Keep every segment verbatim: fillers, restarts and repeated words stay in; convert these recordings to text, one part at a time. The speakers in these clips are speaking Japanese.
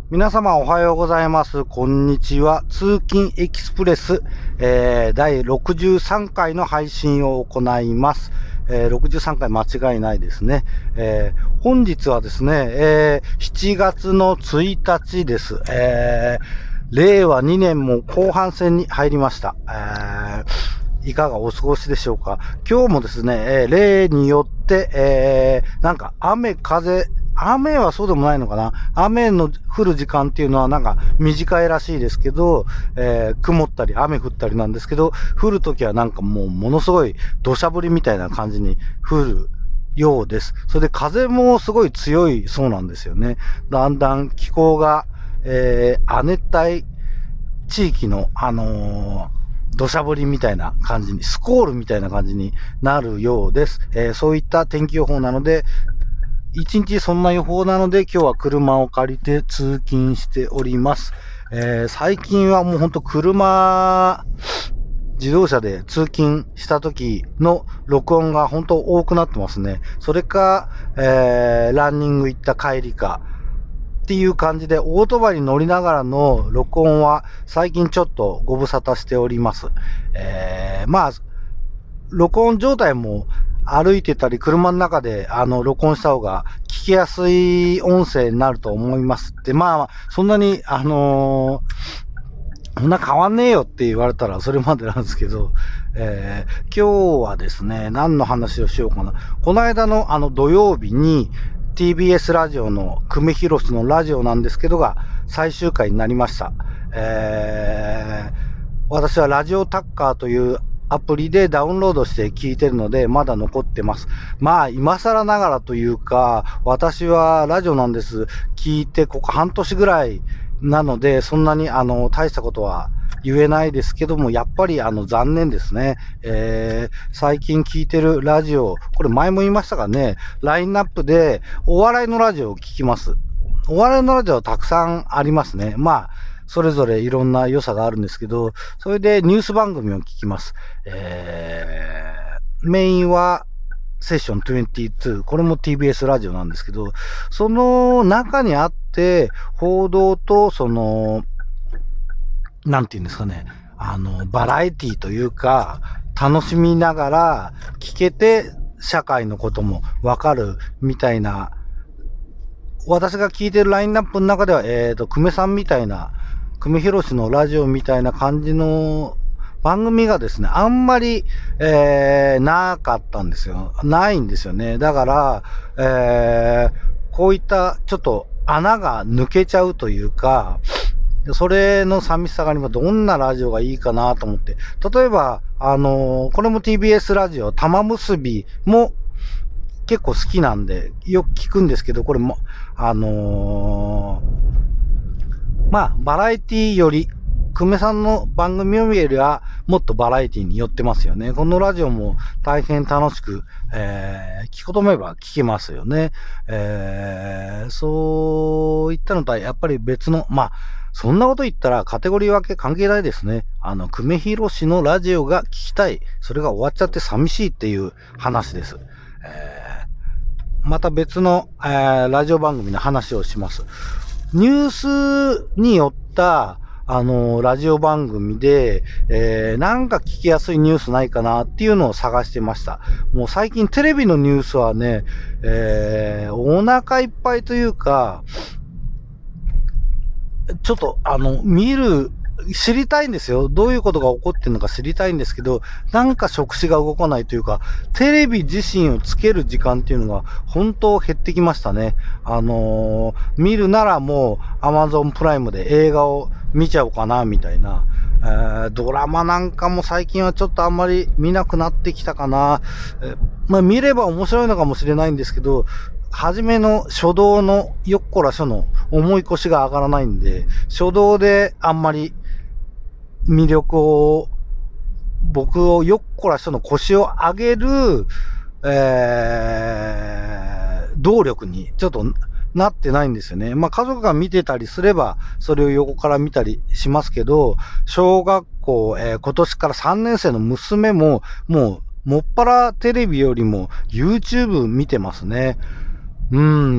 皆様おはようございます。こんにちは。通勤エキスプレス、えー、だいろくじゅうさんかいの配信を行います。えー、ろくじゅうさんかい間違いないですね。えー、本日はですね、えー、しちがつのついたちです。えー、れいわにねんも後半戦に入りました。えー、いかがお過ごしでしょうか。今日もですね、えー、例によって、えー、なんか雨風、雨はそうでもないのかな。雨の降る時間っていうのはなんか短いらしいですけど、えー、曇ったり雨降ったりなんですけど、降るときはなんかもうものすごい土砂降りみたいな感じに降るようです。それで風もすごい強いそうなんですよね。だんだん気候が、えー、亜熱帯地域の、あのー土砂降りみたいな感じに、スコールみたいな感じになるようです。えー、そういった天気予報なので、一日そんな予報なので、今日は車を借りて通勤しております。えー、最近はもうほんと車、自動車で通勤した時の録音が本当多くなってますね。それか、えー、ランニング行った帰りか、っていう感じで、オートバイに乗りながらの録音は最近ちょっとご無沙汰しております。えー、まあ、録音状態も歩いてたり、車の中であの録音した方が聞きやすい音声になると思いますって、まあ、そんなに、あのー、そんな変わんねえよって言われたらそれまでなんですけど、えー、今日はですね、何の話をしようかな。この間のあの土曜日に ティービーエス ラジオの久米宏のラジオなんですけどが最終回になりました。えー、私はラジオタッカーというアプリでダウンロードして聞いてるので、まだ残ってます。まあ、今更ながらというか、私はラジオなんです。聞いて、ここ半年ぐらいなので、そんなに、あの、大したことは言えないですけども、やっぱり、あの、残念ですね。えー、最近聞いてるラジオ、これ前も言いましたがね、ラインナップでお笑いのラジオを聞きます。お笑いのラジオたくさんありますね。まあ、それぞれいろんな良さがあるんですけど、それでニュース番組を聞きます。えー、メインはセッションにじゅうに、これも ティービーエス ラジオなんですけど、その中にあって、報道とその、なんていうんですかね、あの、バラエティというか、楽しみながら聞けて、社会のこともわかるみたいな、私が聞いてるラインナップの中では、えっと、久米さんみたいな、久米宏のラジオみたいな感じの番組がですね、あんまり、えー、なかったんですよ。ないんですよね。だから、えー、こういったちょっと穴が抜けちゃうというか、それの寂しさがあります。どんなラジオがいいかなと思って。例えば、あのー、これも ティービーエス ラジオ、玉結びも結構好きなんで、よく聞くんですけど、これも、あのー、まあ、バラエティより、久米さんの番組を見るよりは、もっとバラエティに寄ってますよね。このラジオも大変楽しく、えー、聞こうと思えば聞けますよね。えー、そういったのとはやっぱり別の、まあ、そんなこと言ったらカテゴリー分け関係ないですね。あの、久米宏のラジオが聞きたい。それが終わっちゃって寂しいっていう話です。えー、また別の、えー、ラジオ番組の話をします。ニュースによった、あのー、ラジオ番組で、えー、なんか聞きやすいニュースないかなっていうのを探してました。もう最近テレビのニュースはね、えー、お腹いっぱいというか、ちょっと、あの、見る、知りたいんですよ。どういうことが起こってるのか知りたいんですけど、なんか触手が動かないというか、テレビ自身をつける時間っていうのが本当減ってきましたね。あのー、見るならもう Amazon プライムで映画を見ちゃおうかな、みたいな。えー、ドラマなんかも最近はちょっとあんまり見なくなってきたかな。えー、まあ見れば面白いのかもしれないんですけど、初めの初動のよっこら書の重い腰が上がらないんで、初動であんまり魅力を、僕をよっこら書の腰を上げる、えー、動力にちょっとなってないんですよね。まあ家族が見てたりすれば、それを横から見たりしますけど、小学校、えー、今年からさんねん生の娘も、もう、もっぱらテレビよりも YouTube 見てますね。 うん、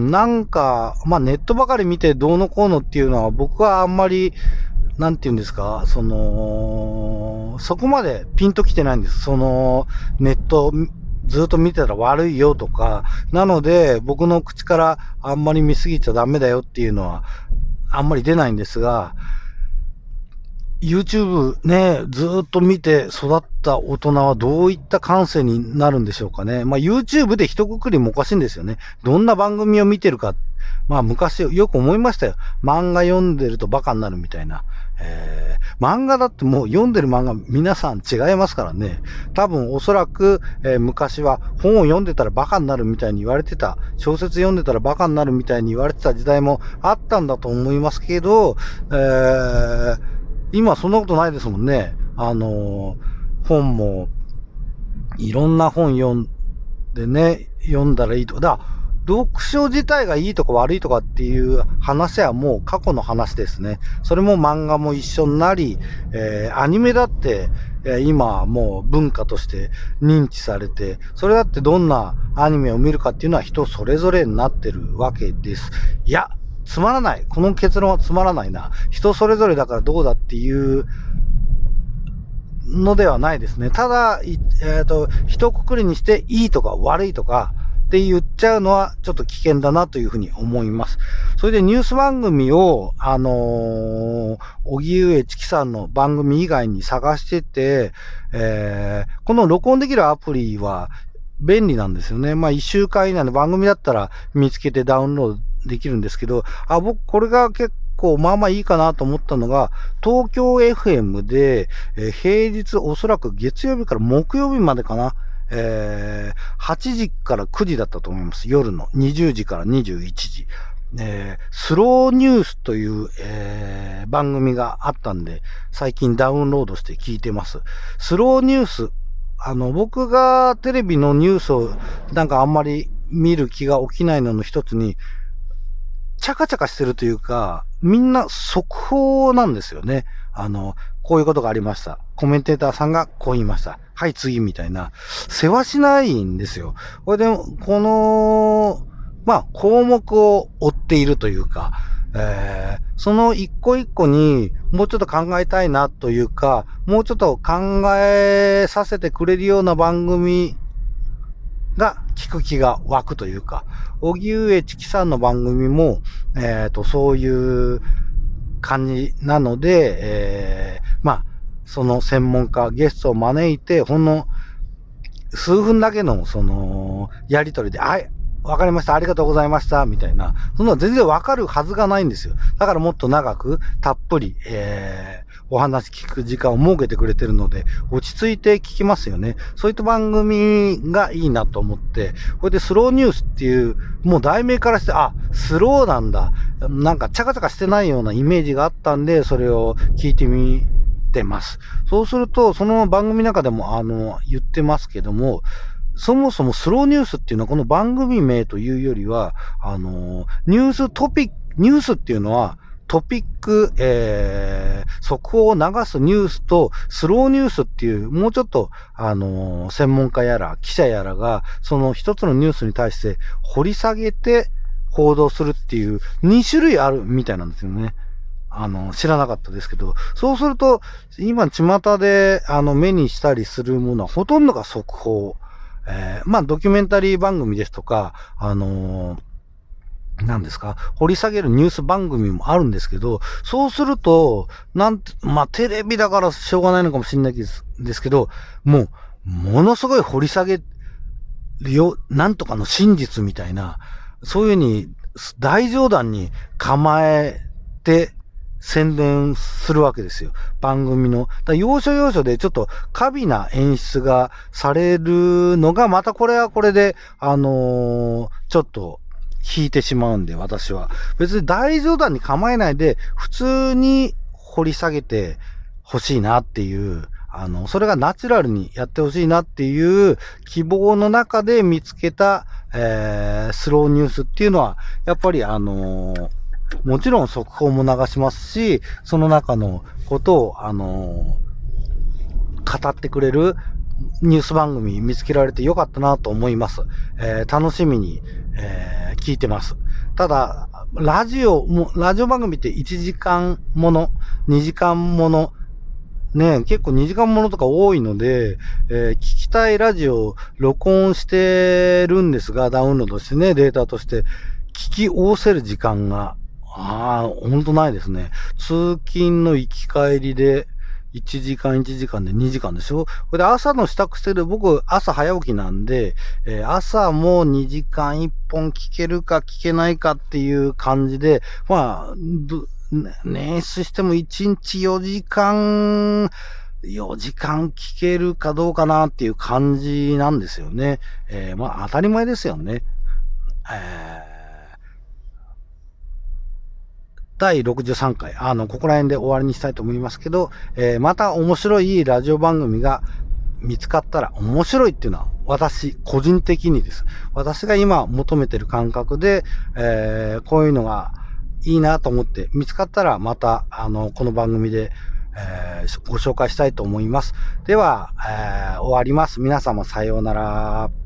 なんか、まあネットばかり見てどうのこうのっていうのは僕はあんまり、なんていうんですか、その、そこまでピンときてないんです。その、ネットずっと見てたら悪いよとか。なので、僕の口からあんまり見すぎちゃダメだよっていうのは、あんまり出ないんですが、YouTube ね、ずーっと見て育った大人はどういった感性になるんでしょうかね。まあ YouTube で一括りもおかしいんですよね。どんな番組を見てるか。まあ昔よく思いましたよ。漫画読んでるとバカになるみたいな。えー、漫画だってもう読んでる漫画皆さん違いますからね。多分おそらく、えー、昔は本を読んでたらバカになるみたいに言われてた。小説読んでたらバカになるみたいに言われてた時代もあったんだと思いますけど、えー今そんなことないですもんね。あの、本も、いろんな本読んでね、読んだらいいとか。だ読書自体がいいとか悪いとかっていう話はもう過去の話ですね。それも漫画も一緒になり、えー、アニメだって、えー、今もう文化として認知されて、それだってどんなアニメを見るかっていうのは人それぞれになってるわけです。いや、つまらない。この結論はつまらないな。人それぞれだからどうだっていうのではないですね。ただ、えっと、一括りにしていいとか悪いとかって言っちゃうのはちょっと危険だなというふうに思います。それでニュース番組を、あのー、荻上チキさんの番組以外に探してて、えー、この録音できるアプリは便利なんですよね。まあ一週間以内の番組だったら見つけてダウンロードできるんですけど、あ、僕これが結構まあまあいいかなと思ったのが、東京 エフエム で、えー、平日おそらく月曜日から木曜日までかな、えー、はちじからくじだったと思います。夜のにじゅうじからにじゅういちじ。えー、スローニュースという、えー、番組があったんで、最近ダウンロードして聞いてます。スローニュース、あの、僕がテレビのニュースをなんかあんまり見る気が起きないのの一つに、チャカチャカしてるというか、みんな速報なんですよね。あの、こういうことがありました。コメンテーターさんがこう言いました。はい、次みたいな。世話しないんですよ。これで、この、まあ、項目を追っているというか、えー、その一個一個にもうちょっと考えたいなというか、もうちょっと考えさせてくれるような番組が聞く気が湧くというか、荻上チキさんの番組も、えっと、そういう感じなので、えー、まあ、その専門家、ゲストを招いて、ほんの数分だけの、その、やりとりで、はい、わかりました、ありがとうございました、みたいな、そんな全然わかるはずがないんですよ。だからもっと長く、たっぷり、えー、お話聞く時間を設けてくれてるので、落ち着いて聞きますよね。そういった番組がいいなと思って、これでスローニュースっていう、もう題名からして、あ、スローなんだ。なんかチャカチャカしてないようなイメージがあったんで、それを聞いてみてます。そうすると、その番組の中でも、あの、言ってますけども、そもそもスローニュースっていうのはこの番組名というよりは、あの、ニューストピック、ニュースっていうのはトピック、えー、速報を流すニュースとスローニュースっていう、もうちょっと、あの、専門家やら記者やらが、その一つのニュースに対して掘り下げて報道するっていうに種類あるみたいなんですよね。あの、知らなかったですけど、そうすると、今、巷で、あの、目にしたりするものはほとんどが速報。えー、まあ、ドキュメンタリー番組ですとか、あのー、何ですか、掘り下げるニュース番組もあるんですけど、そうすると、なんて、まあ、テレビだからしょうがないのかもしれないですですけど、もう、ものすごい掘り下げるよ、なんとかの真実みたいな、そういうふうに、大冗談に構えて、宣伝するわけですよ。番組の。だ要所要所でちょっと過敏な演出がされるのが、またこれはこれで、あのー、ちょっと引いてしまうんで、私は。別に大冗談に構えないで、普通に掘り下げてほしいなっていう、あの、それがナチュラルにやってほしいなっていう希望の中で見つけた、えー、スローニュースっていうのは、やっぱりあのー、もちろん速報も流しますし、その中のことを、あのー、語ってくれるニュース番組見つけられてよかったなと思います。えー、楽しみに、えー、聞いてます。ただ、ラジオも、ラジオ番組っていちじかんもの、にじかんもの、ね、結構にじかんものとか多いので、えー、聞きたいラジオを録音してるんですが、ダウンロードしてね、データとして、聞きおせる時間が、ああ、ほんとないですね。通勤の行き帰りで、いちじかんいちじかんでにじかんでしょ。これで朝の支度してる、僕、朝早起きなんで、えー、朝もにじかんいっぽん聞けるか聞けないかっていう感じで、まあ、捻出してもいちにちよじかん、よじかん聞けるかどうかなっていう感じなんですよね。えー、まあ当たり前ですよね。えーだいろくじゅうさんかい、あの、ここら辺で終わりにしたいと思いますけど、えー、また面白いラジオ番組が見つかったら、面白いっていうのは私、個人的にです。私が今求めてる感覚で、えー、こういうのがいいなと思って見つかったら、また、あの、この番組で、えー、ご紹介したいと思います。では、えー、終わります。皆様さようなら。